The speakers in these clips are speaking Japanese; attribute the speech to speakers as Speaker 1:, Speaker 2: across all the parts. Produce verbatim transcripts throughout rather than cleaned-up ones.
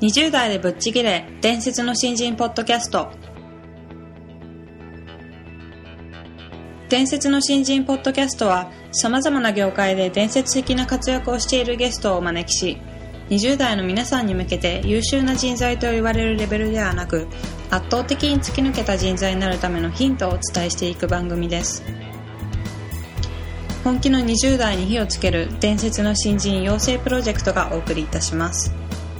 Speaker 1: にじゅう代でぶっちぎれ伝説の新人ポッドキャスト。伝説の新人ポッドキャストはさまざまな業界で伝説的な活躍をしているゲストをお招きし、にじゅう代の皆さんに向けて優秀な人材と言われるレベルではなく、圧倒的に突き抜けた人材になるためのヒントをお伝えしていく番組です。本気のにじゅう代に火をつける伝説の新人養成プロジェクトがお送りいたします。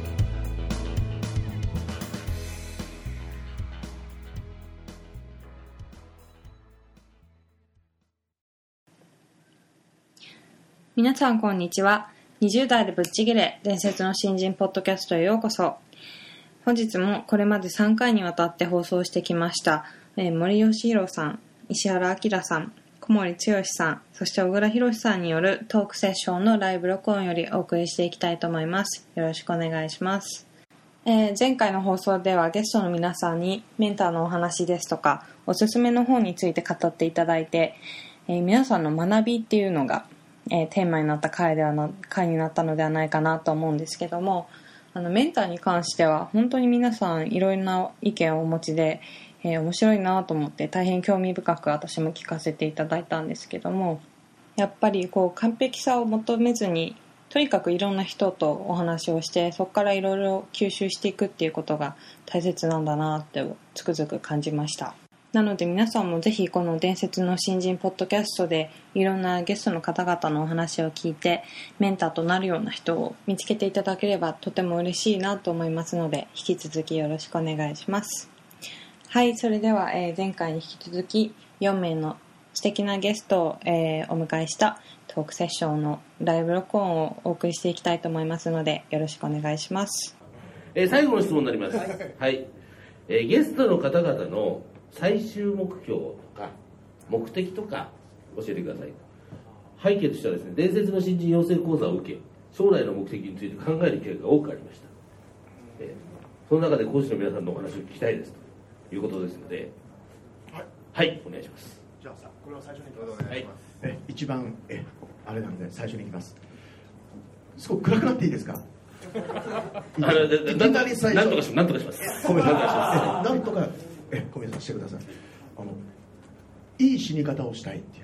Speaker 1: 皆さんこんにちは。にじゅう代でぶっちぎれ伝説の新人ポッドキャストへようこそ。本日もこれまでさんかいにわたって放送してきました、えー、森喜弘さん、石原明さん、小森剛さん、そして小倉博さんによるトークセッションのライブ録音よりお送りしていきたいと思います。よろしくお願いします。えー、前回の放送ではゲストの皆さんにメンターのお話ですとかおすすめの本について語っていただいて、えー、皆さんの学びっていうのがえー、テーマになった回ではな回になったのではないかなと思うんですけども、あのメンターに関しては本当に皆さんいろいろな意見をお持ちで、えー、面白いなと思って大変興味深く私も聞かせていただいたんですけども、やっぱりこう完璧さを求めずにとにかくいろんな人とお話をしてそこからいろいろ吸収していくっていうことが大切なんだなってつくづく感じました。なので皆さんもぜひこの伝説の新人ポッドキャストでいろんなゲストの方々のお話を聞いてメンターとなるような人を見つけていただければとても嬉しいなと思いますので、引き続きよろしくお願いします。はい、それでは、えー、前回に引き続きよんめいの素敵なゲストを、えー、お迎えしたトークセッションのライブ録音をお送りしていきたいと思いますのでよろしくお願いします。
Speaker 2: えー、最後の質問になります。はい、えー、ゲストの方々の最終目標とか目的とか教えてください。背景としてはですね、伝説の新人養成講座を受け将来の目的について考える機会が多くありました。えー、その中で講師の皆さんのお話を聞きたいですということですので、はい、はい、お願いします。
Speaker 3: じゃあさ、これは最初にいきます。はい、え一番えあれなので最初にいきます。すごく暗くなっていいですか？
Speaker 2: いきなり最初なんとかします。なんとかします。
Speaker 3: ごめんなさい。なんとかえごめんなさいしてください。あのいい死に方をしたいっていう。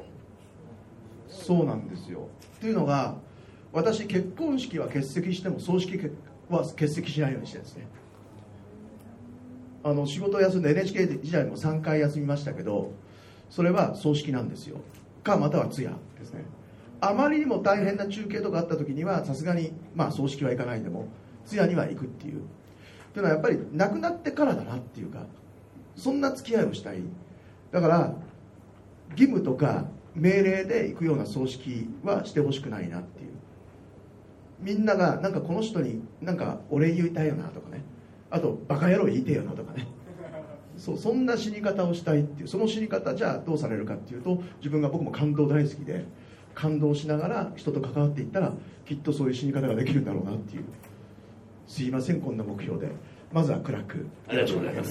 Speaker 3: そうなんですよ。というのが、私結婚式は欠席しても葬式は欠席しないようにしてるんですね。あの仕事を休んで エヌエイチケー 時代もさんかい休みましたけど、それは葬式なんですよ。かまたは通夜ですね。あまりにも大変な中継とかあった時にはさすがにまあ葬式は行かないでも通夜には行くっていう。というのはやっぱり亡くなってからだなっていうか、そんな付き合いをしたい。だから義務とか命令で行くような葬式はしてほしくないなっていう。みんながなんかこの人になんかお礼言いたいよなとかね、あとバカ野郎言いてえよなとかね、そうそんな死に方をしたいっていう。その死に方じゃあどうされるかっていうと、自分が僕も感動大好きで感動しながら人と関わっていったらきっとそういう死に方ができるんだろうなっていう。すいません、こんな目標で。まずは暗く。
Speaker 2: ありがとうございます。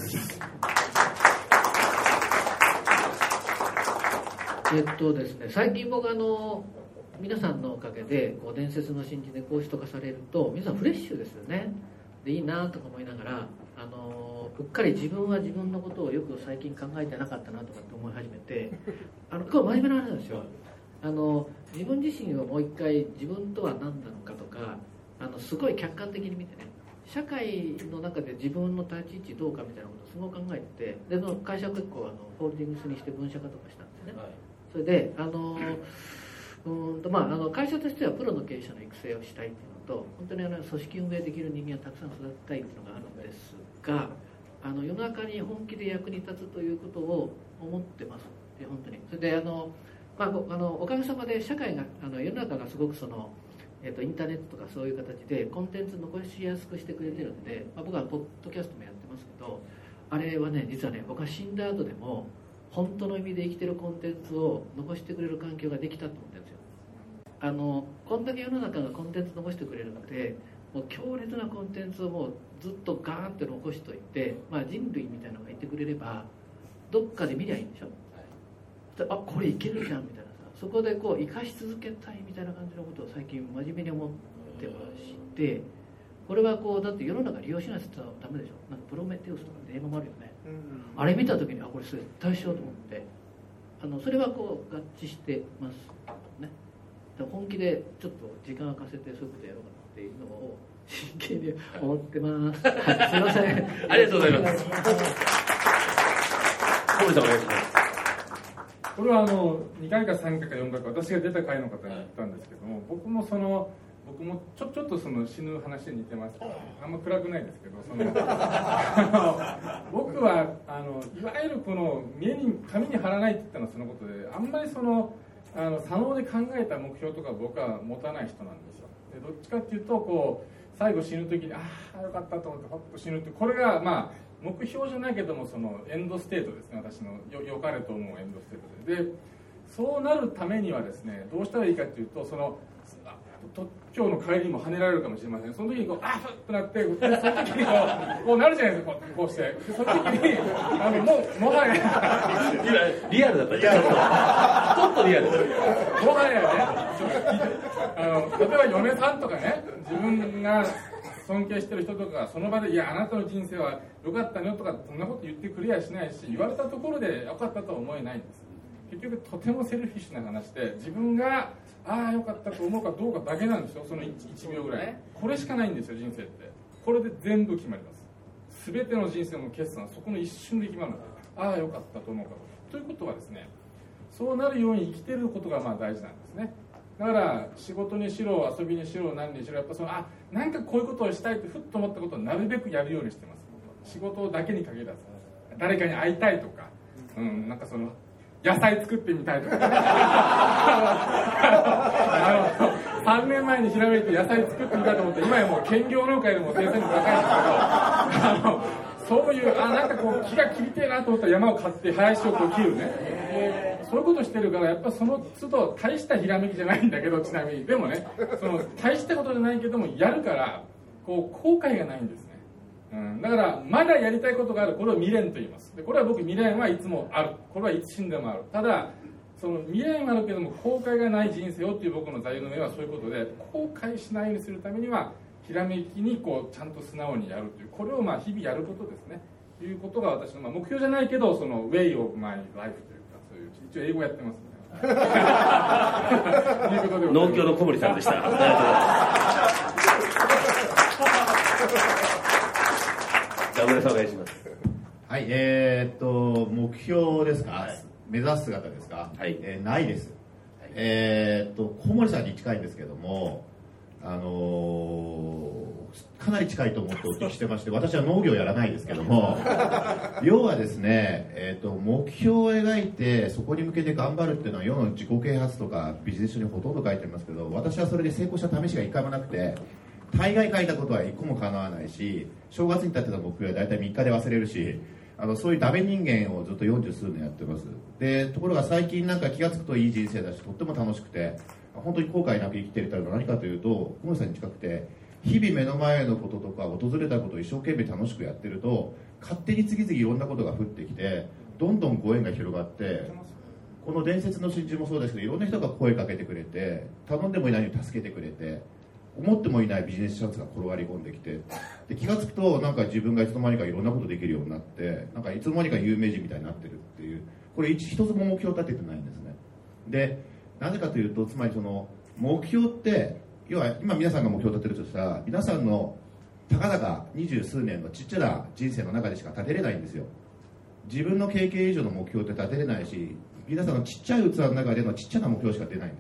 Speaker 4: えっとですね、最近僕あの皆さんのおかげでこう伝説の新人で講師とかされると皆さんフレッシュですよね。でいいなとか思いながら、あのうっかり自分は自分のことをよく最近考えてなかったなとかって思い始めて、あのこれ真面目な話なんですよ。あの自分自身をもう一回自分とは何なのかとか、あのすごい客観的に見てね、社会の中で自分の立ち位置どうかみたいなことをすごく考えて、でその会社を結構あのホールディングスにして分社化とかしたんですね。はい、それであのうんと、まあ、あの会社としてはプロの経営者の育成をしたいっていうのと、本当にあの組織運営できる人間をたくさん育てたいっていうのがあるんですが、あの世の中に本気で役に立つということを思ってます。で本当にそれであの、まあ、あのおかげさまで社会があの世の中がすごくそのえー、とインターネットとかそういう形でコンテンツ残しやすくしてくれてるんで、まあ、僕はポッドキャストもやってますけど、あれはね実はね僕は死んだ後でも本当の意味で生きてるコンテンツを残してくれる環境ができたと思ってるんですよ。あのこんだけ世の中がコンテンツ残してくれるので、もう強烈なコンテンツをもうずっとガーンって残しておいて、まあ、人類みたいなのがいてくれればどっかで見りゃいいんでしょ。あこれいけるじゃんみたいなさ、そこでこう生かし続けたいみたいな感じのことを最近真面目に思ってまして、 これはこうだって世の中利用しないとダメでしょ。なんかプロメテウスとかって映画もあるよね、うん、あれ見た時にあこれ絶対しようと思って、あのそれはこう合致してますね。だから本気でちょっと時間を貸せてそういうことやろうかなっていうのを真剣に思ってます、はい、すいません
Speaker 2: ありがとうございます小森さんお願いします。
Speaker 5: これはあのにかいかさんかいかよんかいか私が出た回の方に言ったんですけども、僕もその僕もちょちょっとその死ぬ話に似てますけど、あんま暗くないですけど、その僕はあのいわゆるこの目に紙に貼らないって言ったのはそのことで、あんまりそのあの左脳で考えた目標とか僕は持たない人なんですよ。でどっちかっていうとこう最後死ぬ時にああよかったと思ってホッと死ぬって、これがまあ目標じゃないけどもそのエンドステートですね。私のよ良かれと思うエンドステートで、でそうなるためにはですねどうしたらいいかっていうと、そのと今日の帰りも跳ねられるかもしれません。その時にこうあっとなって、その時にこうこうなるじゃないですか、こう、こうしてでその時にあのもうもはや
Speaker 2: リアルだったちょっとちょっとリアル
Speaker 5: もはやねあの例えば嫁さんとかね、自分が尊敬してる人とかその場でいやあなたの人生は良かったねとかそんなこと言ってくれやしないし、言われたところで良かったとは思えないんです。結局とてもセルフィッシュな話で、自分がああ良かったと思うかどうかだけなんですよ。その いち, いちびょうぐらいこれしかないんですよ人生って。これで全部決まります。全ての人生の決算はそこの一瞬で決まるので、ああ良かったと思うかということはですね、そうなるように生きてることがまあ大事なんですね。だから仕事にしろ遊びにしろ何にしろやっぱそのあなんかこういうことをしたいとふっと思ったことをなるべくやるようにしてます。仕事だけに限らず誰かに会いたいとか、うん、なんかその野菜作ってみたいとかあのさんねんまえにひらめいて野菜作ってみたいと思って、今やもう兼業農家でも生産率高いんですけど、あのそういうあなんかこう木が切りてえなと思ったら山を買って林をこう切るね、そういうことしてるからやっぱその都度大したひらめきじゃないんだけど、ちなみにでもねその大したことじゃないけどもやるからこう後悔がないんですね。うん、だからまだやりたいことがある、これを未練と言います。でこれは僕未練はいつもある、これはいつ死んでもある。ただその未練はあるけども後悔がない人生をっていう僕の座右の銘はそういうことで、後悔しないようにするためにはひらめきにこうちゃんと素直にやるという、これをまあ日々やることですね。ということが私のまあ目標じゃないけど、その Way of My Life というか、そういう一応英語やってますね。
Speaker 2: 農協の小森さんでした。ありがとうございます。ダブルさんお願いします。
Speaker 6: はい、えー、っと目標ですか、はい、目指す姿ですか、
Speaker 2: はい
Speaker 6: えー、ないです、はい、えー、っと小森さんに近いんですけども、あのー、かなり近いと思ってお聞きしてまして、私は農業やらないですけども要はですね、えー、っと目標を描いてそこに向けて頑張るっていうのは世の自己啓発とかビジネス書にほとんど書いてありますけど、私はそれで成功した試しが一回もなくて、大概書いたことは一個も叶わないし、正月に立てた目標は大体みっかで忘れるし、あのそういうダメ人間をずっとよんじゅうすうねんやってます。でところが最近なんか気がつくといい人生だし、とっても楽しくて本当に後悔なく生きていたのは何かというと、小森さんに近くて、日々目の前のこととか訪れたことを一生懸命楽しくやってると、勝手に次々いろんなことが降ってきて、どんどんご縁が広がって、この伝説の新人もそうですけど、いろんな人が声かけてくれて、頼んでもいないのに助けてくれて、思ってもいないビジネスチャンスが転がり込んできて、で気がつくとなんか自分がいつの間にかいろんなことできるようになって、なんかいつの間にか有名人みたいになってるっていう、これ一つも目標を立ててないんですね。でなぜかというと、つまりその目標って、要は今皆さんが目標を立てるとしたら、皆さんのたかだか二十数年のちっちゃな人生の中でしか立てれないんですよ。自分の経験以上の目標って立てれないし、皆さんのちっちゃい器の中でのちっちゃな目標しか出ないんです。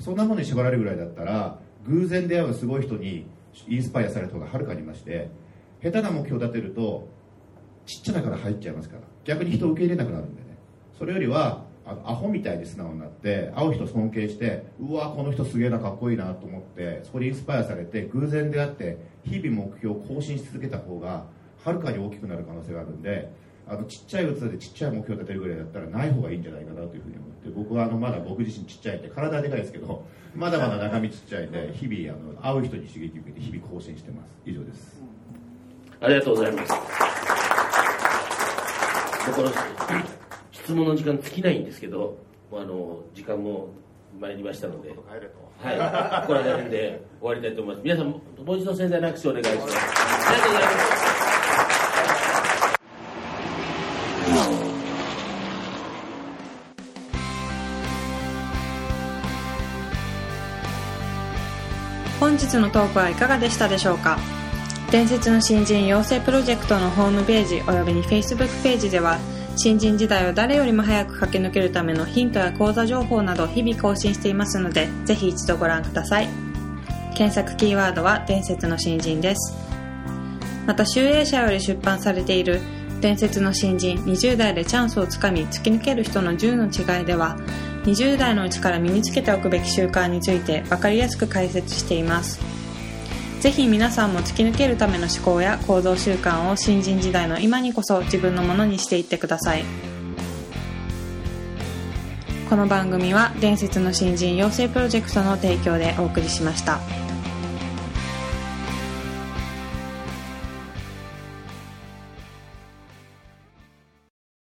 Speaker 6: そんなものに縛られるぐらいだったら、偶然出会うすごい人にインスパイアされた方がはるかにいまして、下手な目標を立てるとちっちゃなから入っちゃいますから、逆に人を受け入れなくなるんでね。それよりはあのアホみたいに素直になって、会う人尊敬して、うわこの人すげえな、かっこいいなと思って、そこでインスパイアされて偶然出会って日々目標を更新し続けた方がはるかに大きくなる可能性があるんで、あのちっちゃい器でちっちゃい目標を立てるぐらいだったらない方がいいんじゃないかなというふうに思って、僕はあのまだ僕自身ちっちゃいんで、体はでかいですけどまだまだ中身ちっちゃいんで、日々あの会う人に刺激を受けて日々更新してます。以上です。
Speaker 2: ありがとうございます。この質問の時間尽きないんですけど、あの時間も参りましたので、
Speaker 6: 帰れと。
Speaker 2: はい、ここら辺で終わりたいと思います。皆さんもう一度盛大な拍手をお願いします。ありがとうございます。
Speaker 1: 本日のトークはいかがでしたでしょうか。伝説の新人養成プロジェクトのホームページおよびに Facebook ページでは、新人時代を誰よりも早く駆け抜けるためのヒントや講座情報など日々更新していますので、ぜひ一度ご覧ください。検索キーワードは伝説の新人です。また集英社より出版されている伝説の新人にじゅう代でチャンスをつかみ突き抜ける人のじゅうの違いでは、にじゅう代のうちから身につけておくべき習慣について分かりやすく解説しています。ぜひ皆さんも突き抜けるための思考や行動習慣を新人時代の今にこそ自分のものにしていってください。この番組は伝説の新人養成プロジェクトの提供でお送りしました。